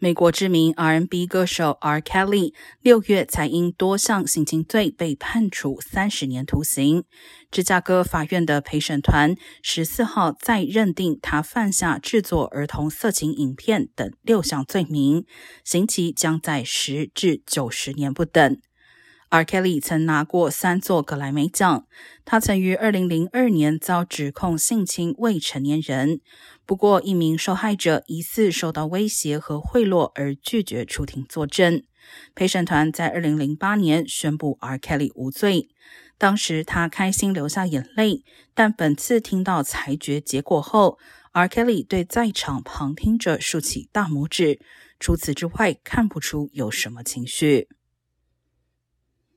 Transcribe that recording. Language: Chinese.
美国知名 R&B 歌手 R. Kelly 6月才因多项性侵罪被判处30年徒刑。芝加哥法院的陪审团14号再认定他犯下制作儿童色情影片等6项罪名，刑期将在10至90年不等。R. Kelly 曾拿过3座格莱美奖，他曾于2002年遭指控性侵未成年人，不过一名受害者疑似受到威胁和贿赂而拒绝出庭作证。陪审团在2008年宣布 R. Kelly 无罪，当时他开心流下眼泪，但本次听到裁决结果后， R. Kelly 对在场旁听者竖起大拇指，除此之外看不出有什么情绪。